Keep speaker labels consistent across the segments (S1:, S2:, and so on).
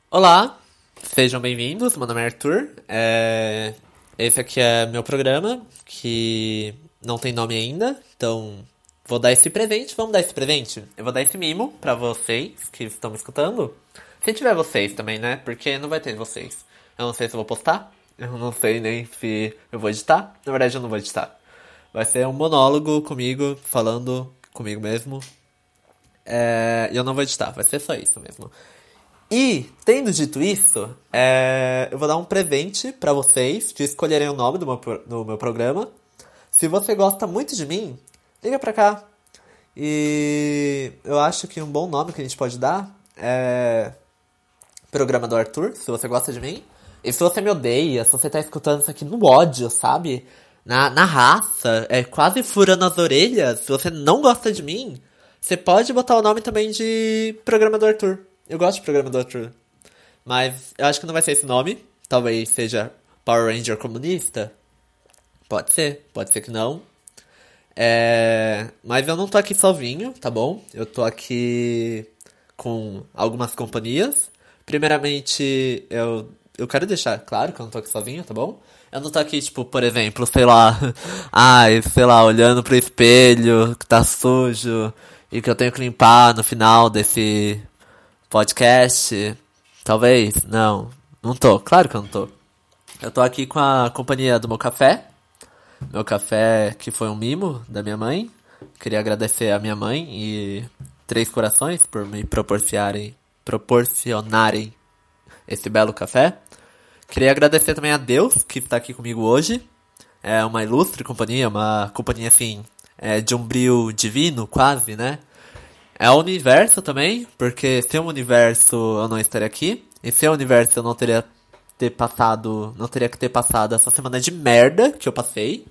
S1: Olá, sejam bem-vindos. Meu nome é Arthur. Esse aqui é meu programa, que não tem nome ainda, então vou dar esse presente. Vamos dar esse presente? Eu vou dar esse mimo pra vocês que estão me escutando. Se tiver vocês também, né? Porque não vai ter vocês. Eu não sei se eu vou postar, eu não sei nem se eu vou editar. Na verdade, eu não vou editar. Vai ser um monólogo comigo, falando comigo mesmo. E eu não vou editar, vai ser só isso mesmo. E, tendo dito isso, eu vou dar um presente pra vocês de escolherem o nome do meu programa. Se você gosta muito de mim, liga pra cá. E eu acho que um bom nome que a gente pode dar é Programa do Arthur, se você gosta de mim. E se você me odeia, se você tá escutando isso aqui no ódio, sabe? Na raça, quase furando as orelhas, se você não gosta de mim, você pode botar o nome também de Programa do Arthur. Eu gosto de Programa do Arthur. Mas eu acho que não vai ser esse nome. Talvez seja Power Ranger comunista. Pode ser que não. Mas eu não tô aqui sozinho, tá bom? Eu tô aqui com algumas companhias. Primeiramente, eu quero deixar claro que eu não tô aqui sozinho, tá bom? Eu não tô aqui, tipo, por exemplo, sei lá, sei lá, olhando pro espelho que tá sujo e que eu tenho que limpar no final desse podcast. Talvez, não tô, claro que eu não tô. Eu tô aqui com a companhia do meu café que foi um mimo da minha mãe. Queria agradecer a minha mãe e Três Corações por me proporcionarem esse belo café. Queria agradecer também a Deus que está aqui comigo hoje. É uma ilustre companhia, uma companhia assim, de um brio divino, quase, né? É o universo também, porque sem o universo eu não estaria aqui. E sem o universo eu não teria que ter passado essa semana de merda que eu passei.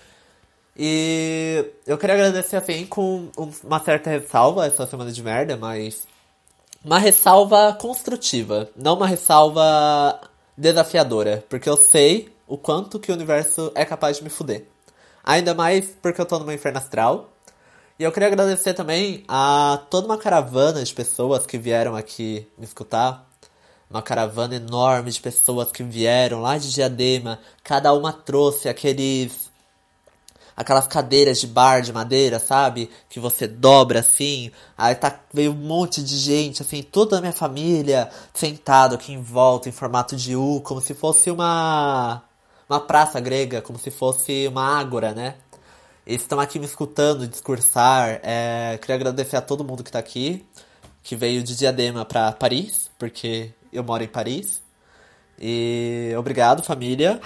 S1: E eu queria agradecer assim com uma certa ressalva essa semana de merda, mas uma ressalva construtiva, não uma ressalva desafiadora, porque eu sei o quanto que o universo é capaz de me fuder. Ainda mais porque eu tô numa inferno astral. E eu queria agradecer também a toda uma caravana de pessoas que vieram aqui me escutar. Uma caravana enorme de pessoas que vieram lá de Diadema. Cada uma trouxe aquelas cadeiras de bar de madeira, sabe? Que você dobra assim. Aí veio um monte de gente, assim, toda a minha família sentado aqui em volta, em formato de U, como se fosse uma praça grega, como se fosse uma ágora, né? Eles estão aqui me escutando discursar. Queria agradecer a todo mundo que tá aqui, que veio de Diadema pra Paris, porque eu moro em Paris. E obrigado, família.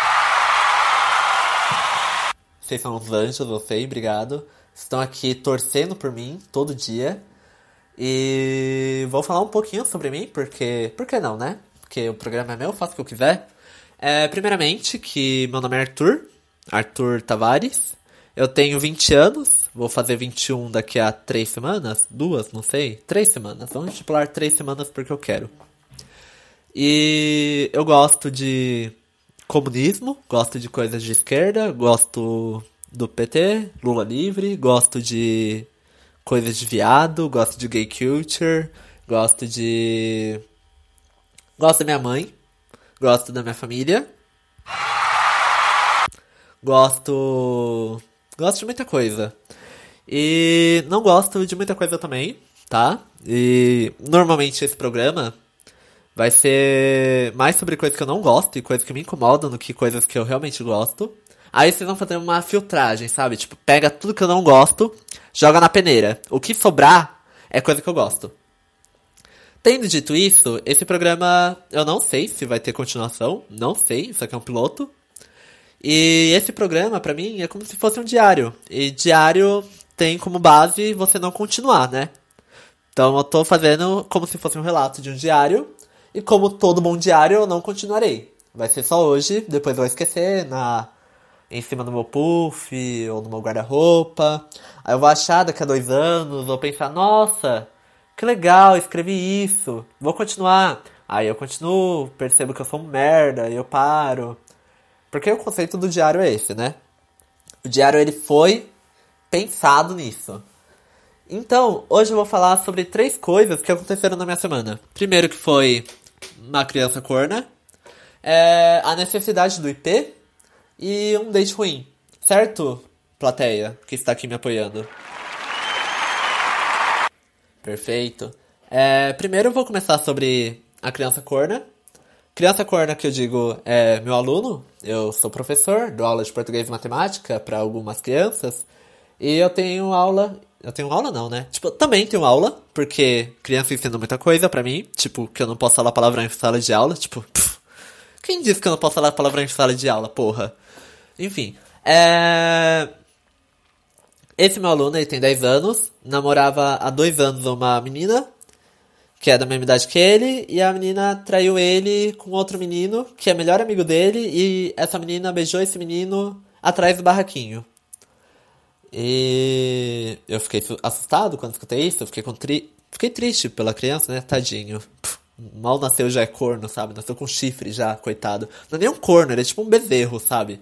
S1: Vocês são uns anjos, eu sei, obrigado. Estão aqui torcendo por mim todo dia. E vou falar um pouquinho sobre mim, porque. Por que não, né? Porque o programa é meu, eu faço o que eu quiser. Primeiramente, que meu nome é Arthur. Arthur Tavares. Eu tenho 20 anos. Vou fazer 21 daqui a 3 semanas. 2, não sei. 3 semanas. Vamos estipular 3 semanas porque eu quero. E eu gosto de comunismo, gosto de coisas de esquerda, gosto do PT, Lula livre, gosto de coisas de viado, gosto de gay culture, gosto de. Gosto da minha mãe, gosto da minha família, gosto. Gosto de muita coisa. E não gosto de muita coisa também, tá? E normalmente esse programa vai ser mais sobre coisas que eu não gosto e coisas que me incomodam do que coisas que eu realmente gosto. Aí vocês vão fazer uma filtragem, sabe? Tipo, pega tudo que eu não gosto, joga na peneira. O que sobrar é coisa que eu gosto. Tendo dito isso, esse programa eu não sei se vai ter continuação. Não sei, isso aqui é um piloto. E esse programa, pra mim, é como se fosse um diário. E diário tem como base você não continuar, né? Então eu tô fazendo como se fosse um relato de um diário. E como todo bom diário, eu não continuarei. Vai ser só hoje, depois eu vou esquecer em cima do meu puff ou no meu guarda-roupa. Aí eu vou achar daqui a 2 anos, vou pensar, nossa, que legal, escrevi isso, vou continuar. Aí eu continuo, percebo que eu sou um merda, e eu paro. Porque o conceito do diário é esse, né? O diário ele foi pensado nisso. Então, hoje eu vou falar sobre 3 coisas que aconteceram na minha semana. Primeiro que foi uma criança corna, a necessidade do IP e um date ruim. Certo, plateia, que está aqui me apoiando? Perfeito. Primeiro eu vou começar sobre a criança corna. Criança corna que eu digo é meu aluno. Eu sou professor, dou aula de português e matemática para algumas crianças. E eu tenho aula... Eu tenho aula não, né? Tipo, eu também tenho aula, porque criança ensina muita coisa pra mim. Tipo, que eu não posso falar palavrão em sala de aula. Tipo, quem disse que eu não posso falar palavrão em sala de aula, porra? Enfim, esse meu aluno, ele tem 10 anos, namorava há 2 anos uma menina, que é da mesma idade que ele, e a menina traiu ele com outro menino, que é melhor amigo dele, e essa menina beijou esse menino atrás do barraquinho. E eu fiquei assustado quando escutei isso, eu fiquei triste pela criança, né, tadinho. Mal nasceu já é corno, sabe? Nasceu com chifre já, coitado. Não é nem um corno, ele é tipo um bezerro, sabe?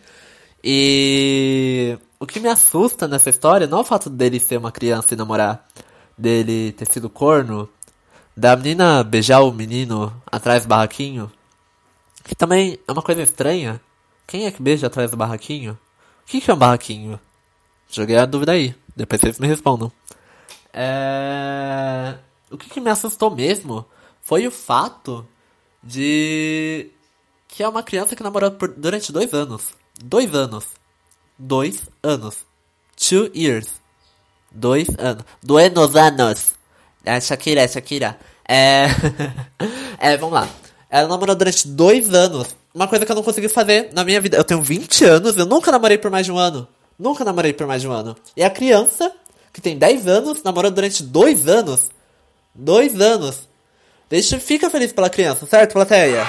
S1: E o que me assusta nessa história não é o fato dele ser uma criança e namorar, dele ter sido corno, da menina beijar o menino atrás do barraquinho, que também é uma coisa estranha. Quem é que beija atrás do barraquinho? O que é um barraquinho? Joguei a dúvida aí, depois vocês me respondam. O que me assustou mesmo foi o fato de que é uma criança que namorou durante 2 anos. 2 anos. 2 anos. 2 years. 2 anos. Buenos anos. Shakira. Vamos lá. Ela namorou durante 2 anos. Uma coisa que eu não consegui fazer na minha vida. Eu tenho 20 anos, eu nunca namorei por mais de um ano. Nunca namorei por mais de um ano. E a criança, que tem 10 anos, namorou durante 2 anos. 2 anos. Fica feliz pela criança, certo, plateia?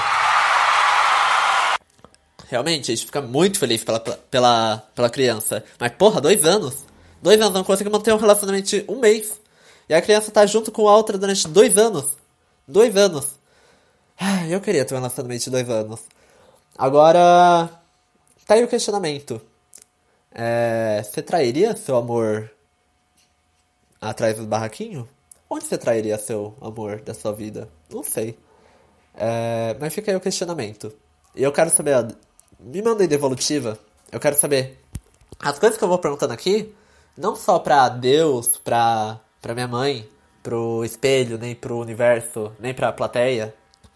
S1: Realmente, a gente fica muito feliz pela criança. Mas, porra, 2 anos. 2 anos, não consigo manter um relacionamento de 1 mês. E a criança tá junto com a outra durante 2 anos. 2 anos. Eu queria ter um relacionamento de 2 anos. Agora, tá aí o questionamento. Você trairia seu amor atrás do barraquinho? Onde você trairia seu amor da sua vida? Não sei. Mas fica aí o questionamento. E eu quero saber... Me mandem devolutiva. Eu quero saber... As coisas que eu vou perguntando aqui, não só pra Deus, pra minha mãe, pro espelho, nem pro universo, nem pra plateia.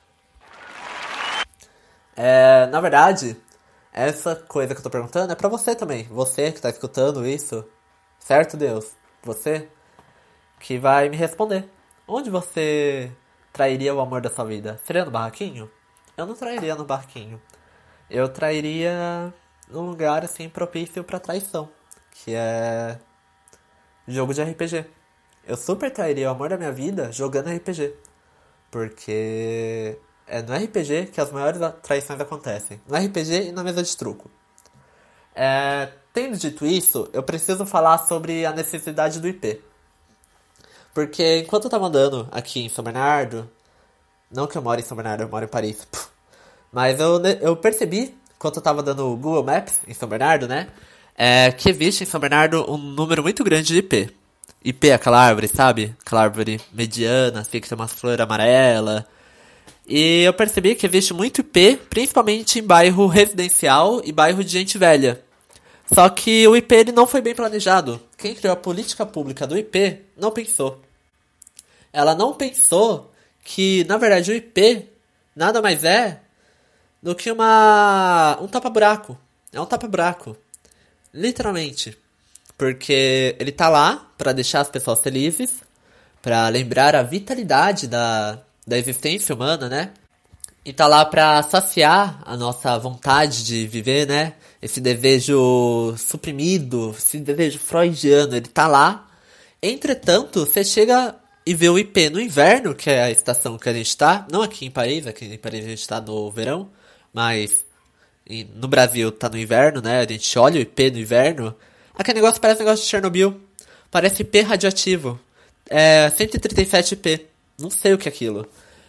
S1: Na verdade, essa coisa que eu tô perguntando é pra você também. Você que tá escutando isso. Certo, Deus? Você que vai me responder. Onde você trairia o amor da sua vida? Seria no barraquinho? Eu não trairia no barraquinho. Eu trairia num lugar assim propício pra traição, que é jogo de RPG. Eu super trairia o amor da minha vida jogando RPG. Porque é no RPG que as maiores traições acontecem. No RPG e na mesa de truco. Tendo dito isso, eu preciso falar sobre a necessidade do IP. Porque enquanto eu tava andando aqui em São Bernardo... Não que eu moro em São Bernardo, eu moro em Paris. Mas eu percebi, enquanto eu tava dando o Google Maps em São Bernardo, né? Que existe em São Bernardo um número muito grande de IP. IP é aquela árvore, sabe? Aquela árvore mediana, assim, que tem uma flor amarela. E eu percebi que existe muito IP, principalmente em bairro residencial e bairro de gente velha. Só que o IP ele não foi bem planejado. Quem criou a política pública do IP não pensou. Ela não pensou que, na verdade, o IP nada mais é do que um tapa-buraco. É um tapa-buraco. Literalmente. Porque ele tá lá pra deixar as pessoas felizes, pra lembrar a vitalidade da existência humana, né? E tá lá pra saciar a nossa vontade de viver, né? Esse desejo suprimido, esse desejo freudiano, ele tá lá. Entretanto, você chega e vê o IP no inverno, que é a estação que a gente tá. Não aqui em Paris a gente tá no verão. Mas no Brasil tá no inverno, né? A gente olha o IP no inverno. Aquele negócio parece um negócio de Chernobyl. Parece IP radioativo. 137 IP. Não sei o que é aquilo.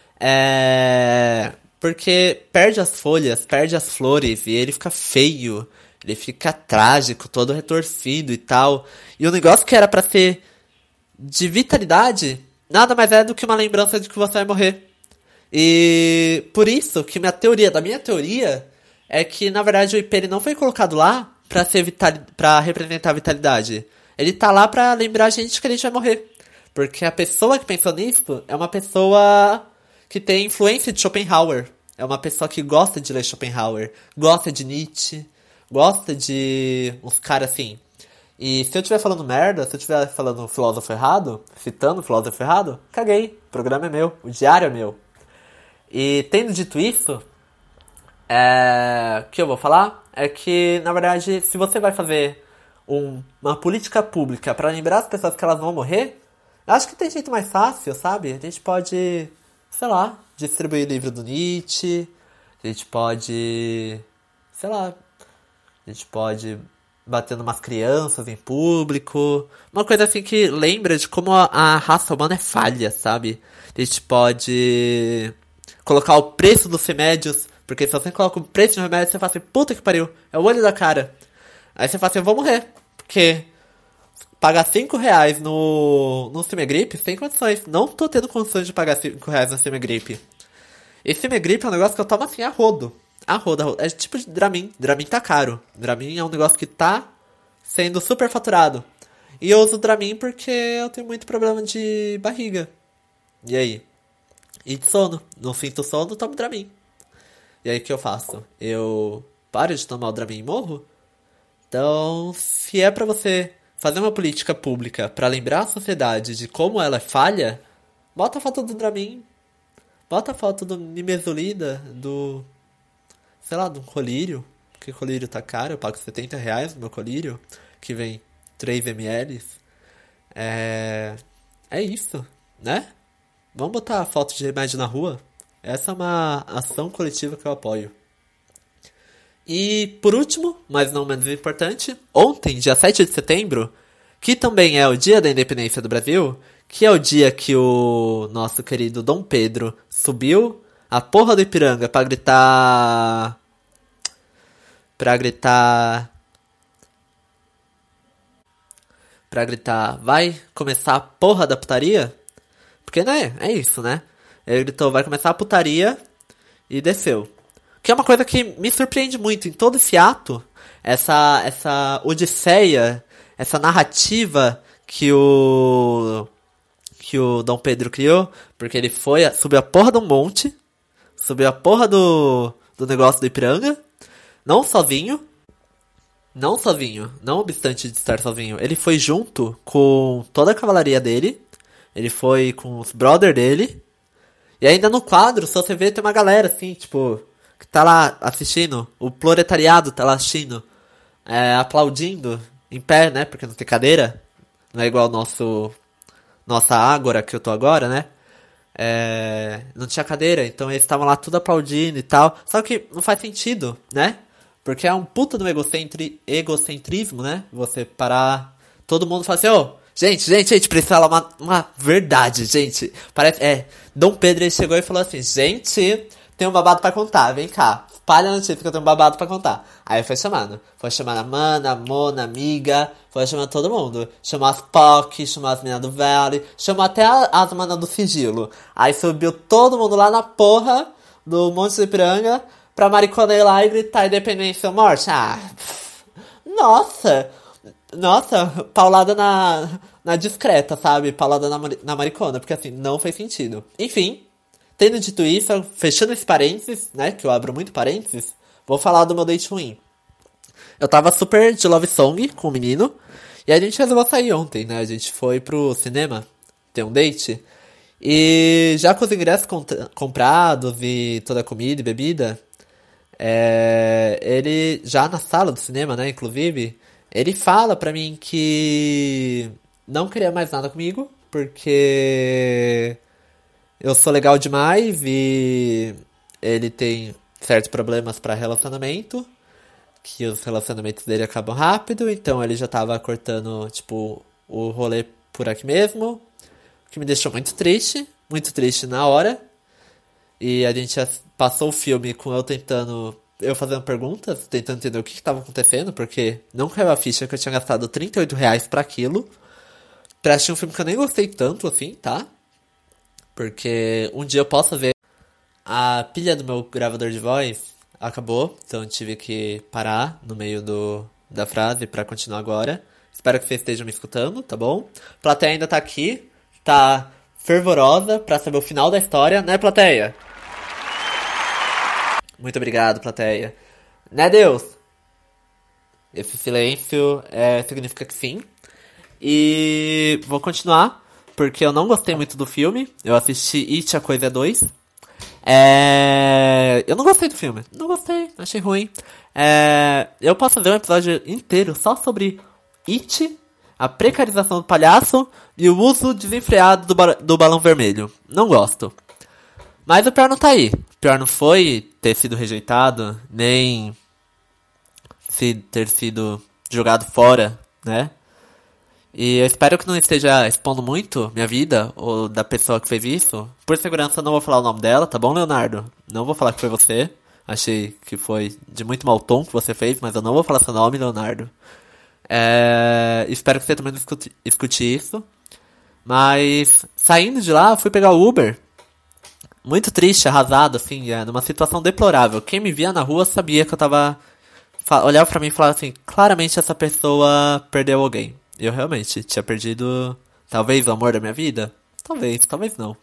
S1: Porque perde as folhas, perde as flores, e ele fica feio, ele fica trágico, todo retorcido e tal. E o negócio que era pra ser de vitalidade, nada mais é do que uma lembrança de que você vai morrer. E por isso que da minha teoria, é que na verdade o IP ele não foi colocado lá pra representar a vitalidade. Ele tá lá pra lembrar a gente que a gente vai morrer. Porque a pessoa que pensou nisso é uma pessoa que tem influência de Schopenhauer. É uma pessoa que gosta de ler Schopenhauer, gosta de Nietzsche, gosta de uns caras assim. E se eu estiver falando merda, se eu estiver falando filósofo errado, citando filósofo errado, caguei. O programa é meu, o diário é meu. E tendo dito isso, o que eu vou falar é que, na verdade, se você vai fazer uma política pública pra lembrar as pessoas que elas vão morrer, eu acho que tem jeito mais fácil, sabe? A gente pode, sei lá, distribuir livro do Nietzsche, a gente pode, sei lá, a gente pode bater numas crianças em público. Uma coisa assim que lembra de como a raça humana é falha, sabe? A gente pode colocar o preço dos remédios. Porque se você coloca o preço do remédio, você fala assim, puta que pariu, é o olho da cara. Aí você fala assim, eu vou morrer. Porque pagar R$ 5 no Cimegrip, sem condições. Não tô tendo condições de pagar R$ 5 no Cimegrip. E Cimegrip é um negócio que eu tomo assim a rodo. A rodo, a rodo. É tipo de Dramin. Dramin tá caro. Dramin é um negócio que tá sendo super faturado. E eu uso Dramin porque eu tenho muito problema de barriga. E aí? E de sono. Não sinto sono, tomo Dramin. E aí o que eu faço? Eu paro de tomar o Dramin e morro? Então, se é pra você fazer uma política pública pra lembrar a sociedade de como ela é falha, bota a foto do Dramin. Bota a foto do Nimesulida, sei lá, de um colírio, porque colírio tá caro, eu pago R$ 70 no meu colírio, que vem 3 ml. É isso, né? Vamos botar a foto de remédio na rua? Essa é uma ação coletiva que eu apoio. E por último, mas não menos importante, ontem, dia 7 de setembro, que também é o dia da independência do Brasil, que é o dia que o nosso querido Dom Pedro subiu a porra do Ipiranga pra gritar. Pra gritar. Pra gritar, vai começar a porra da putaria? Porque, né? É isso, né? Ele gritou, vai começar a putaria e desceu. Que é uma coisa que me surpreende muito em todo esse ato, essa odisseia, essa narrativa que o Dom Pedro criou, porque ele subiu a porra do monte, subiu a porra do negócio do Ipiranga, não sozinho, não obstante de estar sozinho, ele foi junto com toda a cavalaria dele, ele foi com os brother dele, e ainda no quadro, se você ver, tem uma galera assim, tipo, que tá lá assistindo, o proletariado tá lá assistindo, aplaudindo, em pé, né, porque não tem cadeira, não é igual nossa ágora que eu tô agora, né? Não tinha cadeira, então eles estavam lá tudo aplaudindo e tal. Só que não faz sentido, né? Porque é um puta do egocentrismo, né? Você parar. Todo mundo fala assim, gente, precisa falar uma verdade, gente. Parece. Dom Pedro ele chegou e falou assim, gente, tem um babado pra contar, vem cá. Espalha a notícia que eu tenho um babado pra contar. Aí foi chamando. Foi chamando a Mana, a Mona, a Amiga. Foi chamando todo mundo. Chamou as POC, chamou as meninas do Vale. Chamou até as manas do Sigilo. Aí subiu todo mundo lá na porra do Monte do Ipiranga pra maricona ir lá e gritar independência ou morte. Nossa, paulada na discreta, sabe? Paulada na maricona. Porque assim, não fez sentido. Enfim. Tendo dito isso, fechando esse parênteses, né, que eu abro muito parênteses, vou falar do meu date ruim. Eu tava super de love song com o menino, e a gente resolveu sair ontem, né, a gente foi pro cinema ter um date, e já com os ingressos comprados e toda a comida e bebida, ele, já na sala do cinema, né, inclusive, ele fala pra mim que não queria mais nada comigo, porque eu sou legal demais e ele tem certos problemas pra relacionamento, que os relacionamentos dele acabam rápido, então ele já tava cortando, tipo, o rolê por aqui mesmo, o que me deixou muito triste na hora. E a gente já passou o filme com eu fazendo perguntas, tentando entender o que tava acontecendo, porque não caiu a ficha que eu tinha gastado R$ 38 pra aquilo, pra assistir um filme que eu nem gostei tanto assim, tá? Porque um dia eu posso ver. a pilha do meu gravador de voz acabou, então eu tive que parar no meio da frase pra continuar agora. Espero que vocês estejam me escutando, tá bom? A plateia ainda tá aqui, tá fervorosa pra saber o final da história, né, plateia? Muito obrigado, plateia. Né, Deus? Esse silêncio significa que sim. E vou continuar, porque eu não gostei muito do filme. Eu assisti It, a Coisa 2. Eu não gostei do filme. Não gostei, achei ruim. Eu posso fazer um episódio inteiro só sobre It, a precarização do palhaço e o uso desenfreado do balão vermelho. Não gosto. Mas o pior não tá aí. O pior não foi ter sido rejeitado, nem ter sido jogado fora, né? E eu espero que não esteja expondo muito minha vida, ou da pessoa que fez isso. Por segurança, eu não vou falar o nome dela, tá bom, Leonardo? Não vou falar que foi você. Achei que foi de muito mau tom que você fez, mas eu não vou falar seu nome, Leonardo. Espero que você também não escute isso. Mas, saindo de lá, eu fui pegar o Uber. Muito triste, arrasado, assim, numa situação deplorável. Quem me via na rua sabia que eu tava... Olhava pra mim e falava assim, claramente essa pessoa perdeu alguém. Eu realmente tinha perdido, talvez, o amor da minha vida. Talvez não.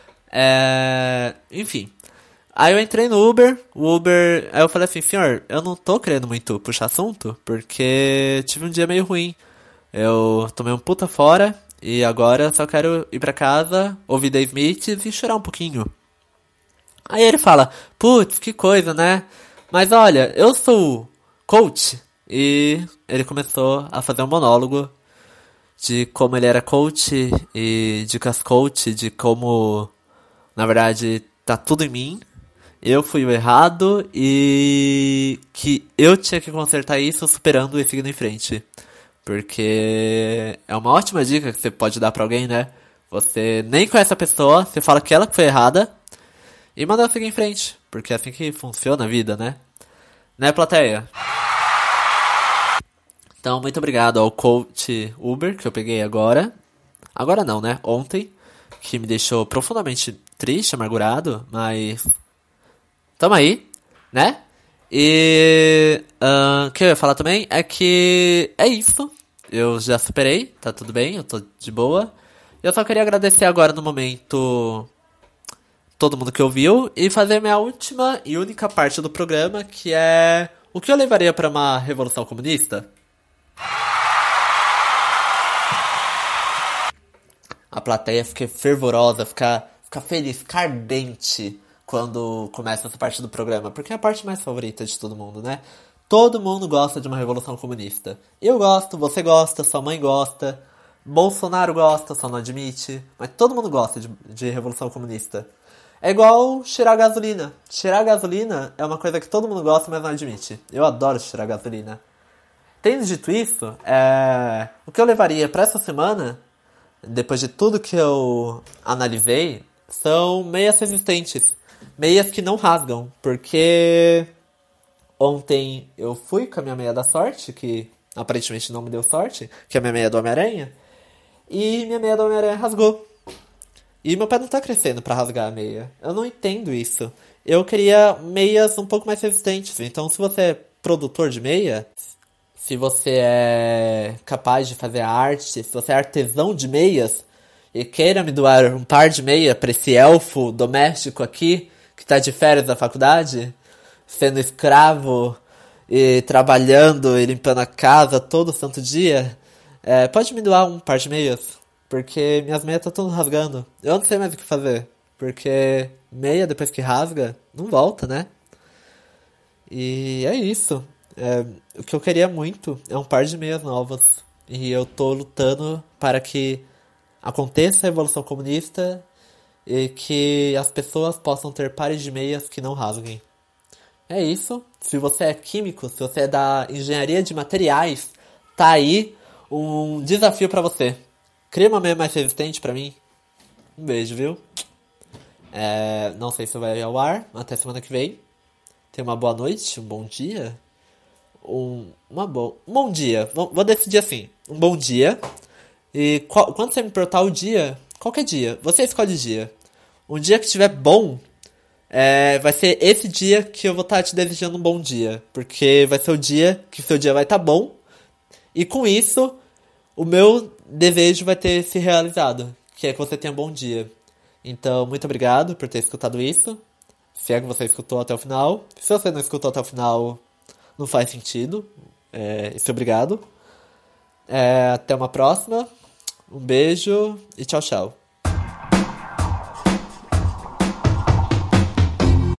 S1: Enfim. Aí eu entrei no Uber, aí eu falei assim, senhor, eu não tô querendo muito puxar assunto, porque tive um dia meio ruim. Eu tomei um puta fora, e agora eu só quero ir pra casa, ouvir The Smiths e chorar um pouquinho. Aí ele fala, putz, que coisa, né? Mas olha, eu sou coach. E ele começou a fazer um monólogo de como ele era coach e dicas coach, de como, na verdade, tá tudo em mim. Eu fui o errado e que eu tinha que consertar isso superando e seguindo em frente. Porque é uma ótima dica que você pode dar pra alguém, né? Você nem conhece a pessoa, você fala que ela que foi errada e manda ela seguir em frente. Porque é assim que funciona a vida, né? Né, plateia? Então, muito obrigado ao coach Uber que eu peguei agora. Agora não, né? Ontem. Que me deixou profundamente triste, amargurado. Mas tamo aí, né? E o que eu ia falar também é que é isso. Eu já superei, tá tudo bem, eu tô de boa. Eu só queria agradecer agora no momento todo mundo que ouviu e fazer minha última e única parte do programa, que é o que eu levaria pra uma revolução comunista. A plateia fica fervorosa, fica feliz, fica ardente quando começa essa parte do programa, porque é a parte mais favorita de todo mundo, né? Todo mundo gosta de uma revolução comunista. Eu gosto, você gosta, sua mãe gosta, Bolsonaro gosta, só não admite, mas todo mundo gosta de revolução comunista. É igual cheirar gasolina. Cheirar gasolina é uma coisa que todo mundo gosta, mas não admite. Eu adoro cheirar gasolina. Tendo dito isso, o que eu levaria pra essa semana, depois de tudo que eu analisei, são meias resistentes. Meias que não rasgam, porque ontem eu fui com a minha meia da sorte, que aparentemente não me deu sorte, que é a minha meia do Homem-Aranha, e minha meia do Homem-Aranha rasgou. E meu pé não tá crescendo pra rasgar a meia. Eu não entendo isso. Eu queria meias um pouco mais resistentes. Então, se você é produtor de meia, se você é capaz de fazer arte, se você é artesão de meias e queira me doar um par de meia pra esse elfo doméstico aqui, que tá de férias da faculdade, sendo escravo e trabalhando e limpando a casa todo santo dia, pode me doar um par de meias, porque minhas meias estão tudo rasgando. Eu não sei mais o que fazer, porque meia depois que rasga, não volta, né? E é isso. O que eu queria muito é um par de meias novas. E eu tô lutando para que aconteça a Revolução Comunista e que as pessoas possam ter pares de meias que não rasguem. É isso. Se você é químico, se você é da engenharia de materiais, tá aí um desafio pra você. Cria uma meia mais resistente pra mim. Um beijo, viu? Não sei se vai ao ar. Até semana que vem. Tenha uma boa noite, um bom dia. Um bom dia. Vou decidir assim. Um bom dia. E quando você me perguntar o dia, qualquer dia, você escolhe o dia. Um dia que estiver bom, vai ser esse dia que eu vou estar te desejando um bom dia. Porque vai ser o dia que seu dia vai estar bom. E com isso, o meu desejo vai ter se realizado. Que é que você tenha um bom dia. Então, muito obrigado por ter escutado isso. Se é que você escutou até o final. Se você não escutou até o final, não faz sentido. Isso, obrigado. Até uma próxima. Um beijo e tchau, tchau.